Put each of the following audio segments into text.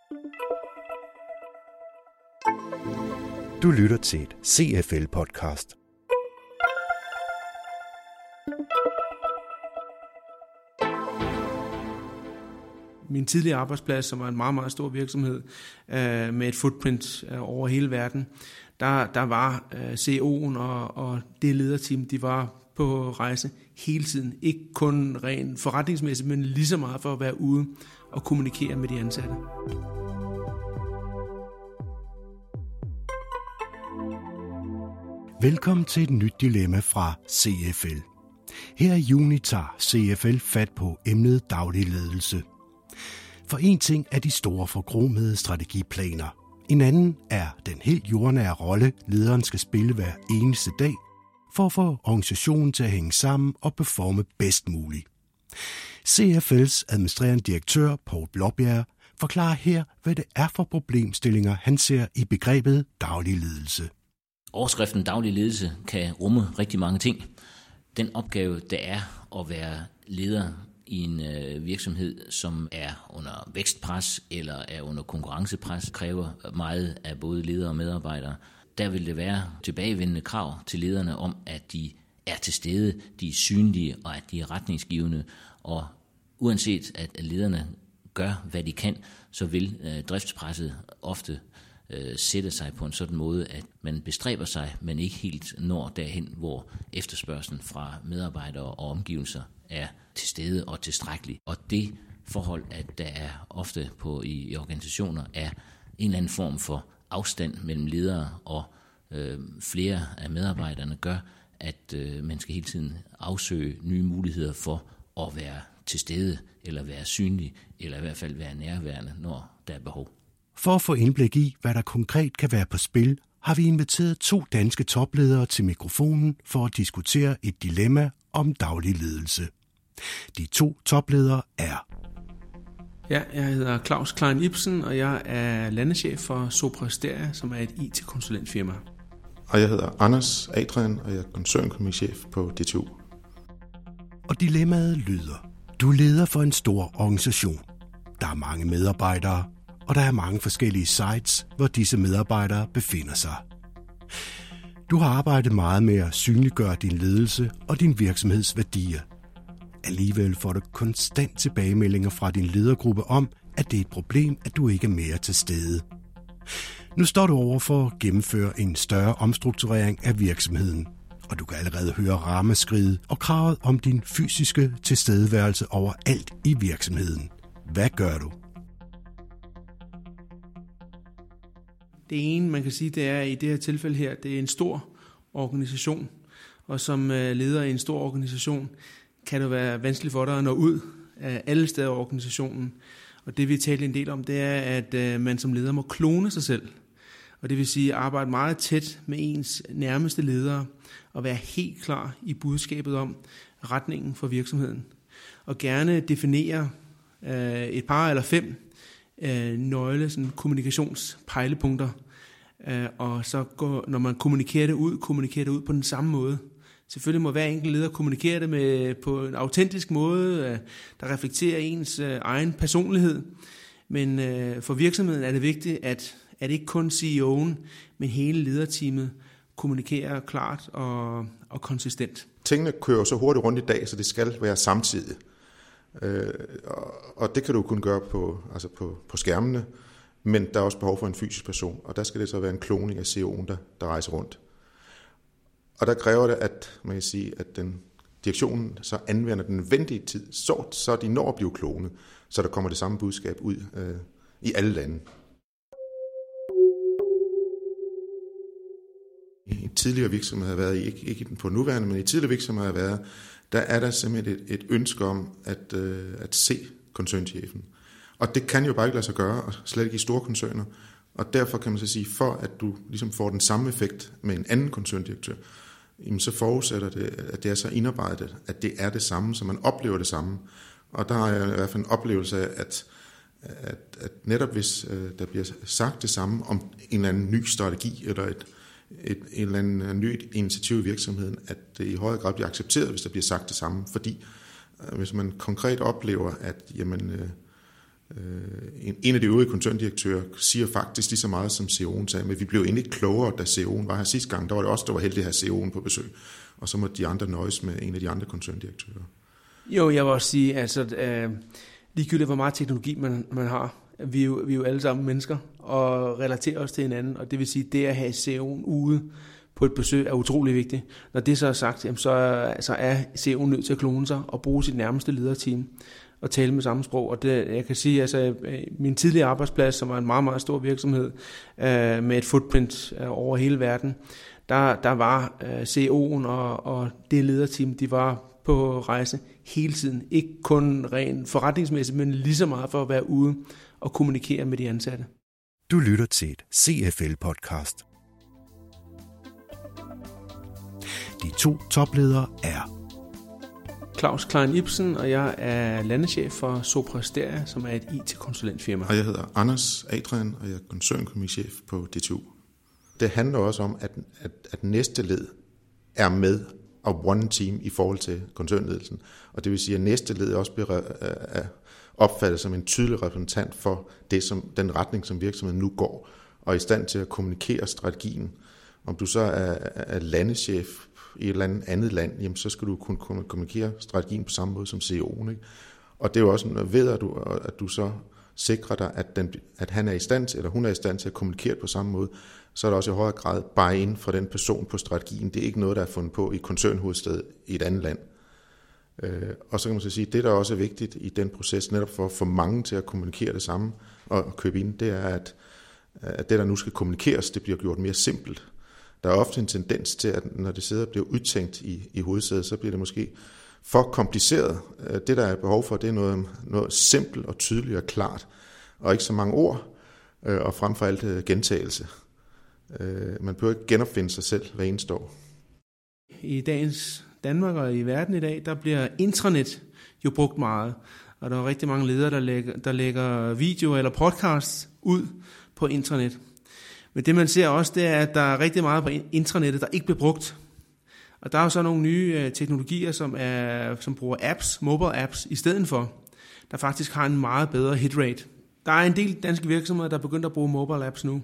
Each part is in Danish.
Du lytter til et CFL-podcast. Min tidligere arbejdsplads, som var en meget, meget stor virksomhed med et footprint over hele verden, der var CEO'en og det lederteam, de var på rejse hele tiden. Ikke kun rent forretningsmæssigt, men lige så meget for at være ude og kommunikere med de ansatte. Velkommen til et nyt dilemma fra CFL. Her i juni tager CFL fat på emnet daglig ledelse. For en ting er de store forkromede strategiplaner. En anden er den helt jordnære rolle, lederen skal spille hver eneste dag, for at få organisationen til at hænge sammen og performe bedst muligt. CFL's administrerende direktør, Poul Blåbjerg, forklarer her, hvad det er for problemstillinger, han ser i begrebet daglig ledelse. Overskriften daglig ledelse kan rumme rigtig mange ting. Den opgave, der er at være leder i en virksomhed, som er under vækstpres eller er under konkurrencepres, kræver meget af både ledere og medarbejdere. Der vil det være tilbagevendende krav til lederne om, at de er til stede, de er synlige og at de er retningsgivende. Og uanset at lederne gør, hvad de kan, så vil driftspresset ofte sætte sig på en sådan måde, at man bestræber sig, men ikke helt når derhen, hvor efterspørgslen fra medarbejdere og omgivelser er til stede og tilstrækkelig. Og det forhold, at der er ofte i organisationer, er en eller anden form for afstand mellem ledere og flere af medarbejderne, gør, at man skal hele tiden afsøge nye muligheder for at være til stede, eller være synlig, eller i hvert fald være nærværende, når der er behov. For at få indblik i, hvad der konkret kan være på spil, har vi inviteret 2 danske topledere til mikrofonen for at diskutere et dilemma om daglig ledelse. De 2 topledere er... Ja, jeg hedder Claus Klein Ibsen, og jeg er landeschef for Sopra Steria, som er et IT-konsulentfirma. Og jeg hedder Anders Adrian, og jeg er koncernøkonomichef på DTU. Og dilemmaet lyder: Du leder for en stor organisation. Der er mange medarbejdere, og der er mange forskellige sites, hvor disse medarbejdere befinder sig. Du har arbejdet meget med at synliggøre din ledelse og din virksomheds værdier. Alligevel får du konstant tilbagemeldinger fra din ledergruppe om, at det er et problem, at du ikke er mere til stede. Nu står du over for at gennemføre en større omstrukturering af virksomheden, og du kan allerede høre ramaskriget og kravet om din fysiske tilstedeværelse overalt i virksomheden. Hvad gør du? Det ene, man kan sige, det er i det her tilfælde her, det er en stor organisation, og som leder i en stor organisation, kan det være vanskeligt for dig at nå ud af alle steder i organisationen. Og det vi taler en del om, det er, at man som leder må klone sig selv. Og det vil sige arbejde meget tæt med ens nærmeste ledere, og være helt klar i budskabet om retningen for virksomheden. Og gerne definere et par eller 5 nøgle sådan kommunikationspejlepunkter, og så når man kommunikerer det ud på den samme måde. Selvfølgelig må hver enkelt leder kommunikere det på en autentisk måde, der reflekterer ens egen personlighed, men for virksomheden er det vigtigt, at ikke kun CEO'en, men hele lederteamet kommunikerer klart og konsistent. Tingene kører så hurtigt rundt i dag, så det skal være samtidig. Og det kan du kun gøre på skærmene, men der er også behov for en fysisk person, og der skal det så være en kloning af CEO'en, der rejser rundt. Og der kræver det, at man kan sige, at direktionen så anvender den nødvendige tid, så de når at blive klonet, så der kommer det samme budskab ud i alle lande. I tidligere virksomheder har været i, ikke på nuværende, men i tidligere virksomheder har været, der er der simpelthen et ønske om at se koncernchefen. Og det kan jo bare ikke lade sig gøre, og slet ikke i store koncerner. Og derfor kan man så sige, for at du ligesom får den samme effekt med en anden koncerndirektør, jamen så forudsætter det, at det er så indarbejdet, at det er det samme, så man oplever det samme. Og der har jeg i hvert fald en oplevelse af, at netop hvis der bliver sagt det samme om en eller anden ny strategi, eller en eller anden nyt initiativ i virksomheden, at det i højere grad bliver accepteret, hvis der bliver sagt det samme. Fordi hvis man konkret oplever, at jamen, en af de øvrige koncerndirektører siger faktisk lige så meget, som CEO'en sagde, men vi blev egentlig ikke klogere, da CEO'en var her sidste gang. Der var det også, der var heldig at have CEO'en på besøg, og så må de andre nøjes med en af de andre koncerndirektører. Jo, jeg vil også sige, altså ligegyldigt hvor meget teknologi man har, vi er jo alle sammen mennesker og relaterer os til hinanden, og det vil sige, det at have CEO'en ude på et besøg er utrolig vigtigt. Når det så er sagt, så er CEO'en nødt til at klone sig og bruge sit nærmeste lederteam og tale med samme sprog. Og det, jeg kan sige, altså min tidligere arbejdsplads, som var en meget, meget stor virksomhed med et footprint over hele verden, der var CEO'en og det lederteam, de var på rejse hele tiden. Ikke kun rent forretningsmæssigt, men lige så meget for at være ude og kommunikere med de ansatte. Du lytter til et CFL-podcast. De 2 topledere er Claus Klein Ibsen, og jeg er landeschef for Sopra Steria, som er et IT-konsulentfirma. Og jeg hedder Anders Adrian, og jeg er koncernøkonomichef på DTU. Det handler også om, at næste led er med og one team i forhold til koncernledelsen. Og det vil sige, at næste led også bliver opfattet som en tydelig repræsentant for den retning, som virksomheden nu går, og er i stand til at kommunikere strategien. Om du så er landeschef i et eller andet land, jamen, så skal du kunne kommunikere strategien på samme måde som CEO'en. Ikke? Og det er jo også, ved at du så sikrer dig, at han er i stand til, eller hun er i stand til at kommunikere på samme måde, så er der også i højere grad buy-in fra den person på strategien. Det er ikke noget, der er fundet på i koncernhovedstedet i et andet land. Og så kan man så sige, at det, der også er vigtigt i den proces, netop for at få mange til at kommunikere det samme og købe ind, det er, at det, der nu skal kommunikeres, det bliver gjort mere simpelt. Der er ofte en tendens til, at når det sidder og bliver udtænkt i hovedsædet, så bliver det måske for kompliceret. Det, der er behov for, det er noget simpelt og tydeligt og klart, og ikke så mange ord, og frem for alt gentagelse. Man behøver ikke genopfinde sig selv hver eneste år. I dagens Danmark og i verden i dag, der bliver intranet jo brugt meget, og der er rigtig mange ledere, der lægger video eller podcasts ud på intranet. Men det man ser også, det er, at der er rigtig meget på intranettet, der ikke bliver brugt. Og der er jo så nogle nye teknologier, som bruger apps, mobile apps, i stedet for, der faktisk har en meget bedre hit rate. Der er en del danske virksomheder, der er begyndt at bruge mobile apps nu.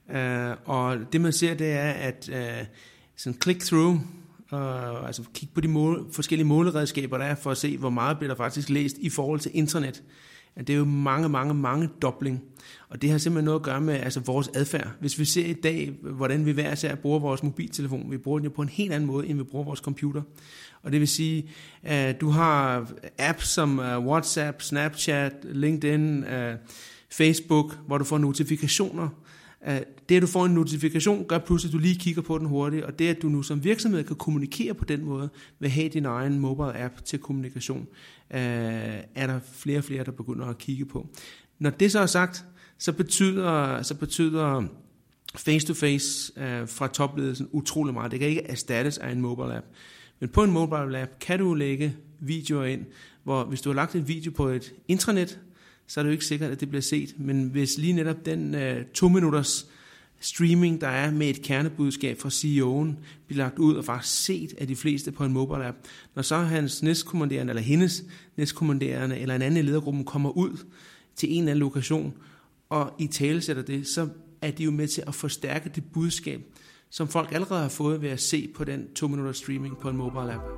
Og det man ser, det er, at sådan click-through, altså kig på de forskellige måleredskaber, der er, for at se, hvor meget bliver der faktisk læst i forhold til internet. Det er jo mange dobling. Og det har simpelthen noget at gøre med vores adfærd. Hvis vi ser i dag, hvordan vi hver især bruger vores mobiltelefon, vi bruger den jo på en helt anden måde, end vi bruger vores computer. Og det vil sige, at du har apps som WhatsApp, Snapchat, LinkedIn, Facebook, hvor du får notifikationer. Det, at du får en notifikation, gør pludselig, at du lige kigger på den hurtigt, og det, at du nu som virksomhed kan kommunikere på den måde, vil have din egen mobile app til kommunikation, er der flere og flere, der begynder at kigge på. Når det så er sagt, så betyder face-to-face fra topledelsen utrolig meget. Det kan ikke erstattes af en mobile app. Men på en mobile app kan du lægge videoer ind, hvor hvis du har lagt en video på et intranet, så er det jo ikke sikkert, at det bliver set. Men hvis lige netop den 2 minutters streaming, der er med et kernebudskab fra CEO'en, bliver lagt ud og faktisk set af de fleste på en mobile app, når så hans næstkommanderende, eller hendes næstkommanderende, eller en anden i ledergruppen kommer ud til en eller anden lokation, og i talesætter det, så er de jo med til at forstærke det budskab, som folk allerede har fået ved at se på den 2 minutters streaming på en mobile app.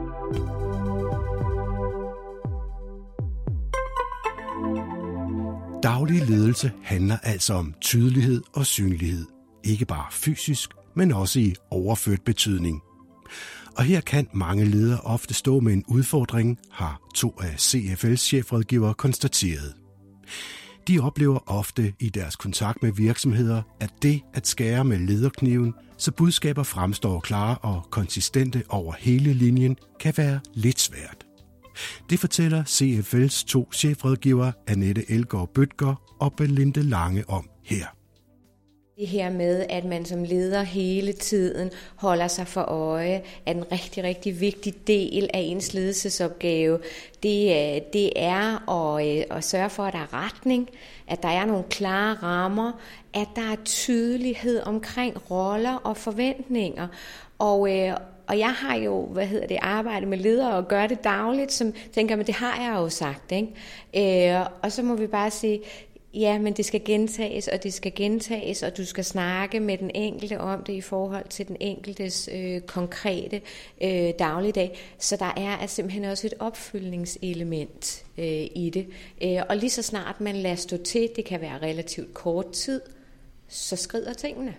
Daglig ledelse handler altså om tydelighed og synlighed. Ikke bare fysisk, men også i overført betydning. Og her kan mange ledere ofte stå med en udfordring, har 2 af CFL's chefrådgivere konstateret. De oplever ofte i deres kontakt med virksomheder, at det at skære med lederkniven, så budskaber fremstår klare og konsistente over hele linjen, kan være lidt svært. Det fortæller CFL's 2 chefrådgivere, Annette Elgaard Bødker og Belinde Lange, om her. Det her med, at man som leder hele tiden holder sig for øje, er en rigtig, rigtig vigtig del af ens ledelsesopgave. Det er at sørge for, at der er retning, at der er nogle klare rammer, at der er tydelighed omkring roller og forventninger. Og jeg har jo, arbejdet med ledere og gør det dagligt, som tænker, men det har jeg jo sagt, ikke? Og så må vi bare sige, Ja, men det skal gentages, og det skal gentages, og du skal snakke med den enkelte om det i forhold til den enkeltes konkrete dagligdag. Så der er simpelthen også et opfyldningselement i det. Og lige så snart man lader stå til, det kan være relativt kort tid, så skrider tingene.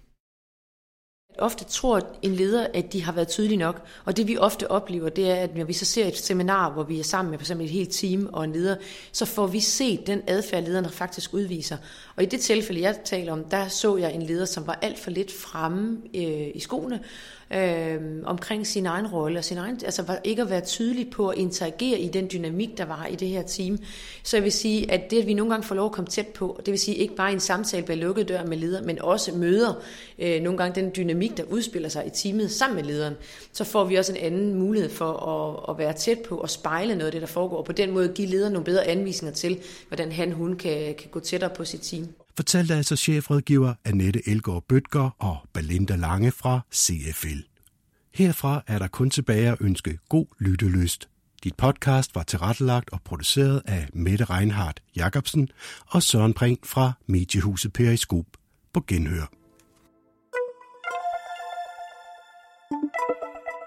Ofte tror en leder, at de har været tydelige nok, og det vi ofte oplever, det er, at når vi så ser et seminar, hvor vi er sammen med for eksempel et helt team og en leder, så får vi set den adfærd, lederne faktisk udviser. Og i det tilfælde, jeg taler om, der så jeg en leder, som var alt for lidt fremme i skoene, omkring sin egen rolle, og altså var ikke at være tydelig på at interagere i den dynamik, der var i det her team. Så jeg vil sige, at det, at vi nogle gange får lov at komme tæt på, det vil sige ikke bare en samtale bag lukkede dør med leder, men også møder nogle gange den dynamik, der udspiller sig i teamet sammen med lederen, så får vi også en anden mulighed for at være tæt på og spejle noget af det, der foregår, og på den måde give lederen nogle bedre anvisninger til, hvordan hun kan gå tættere på sit team. Fortalte altså chefrådgiver Annette Elgaard Bødker og Belinda Lange fra CFL. Herfra er der kun tilbage at ønske god lyttelyst. Dit podcast var tilrettelagt og produceret af Mette Reinhardt Jacobsen og Søren Brink fra Mediehuset Periskop. På genhør.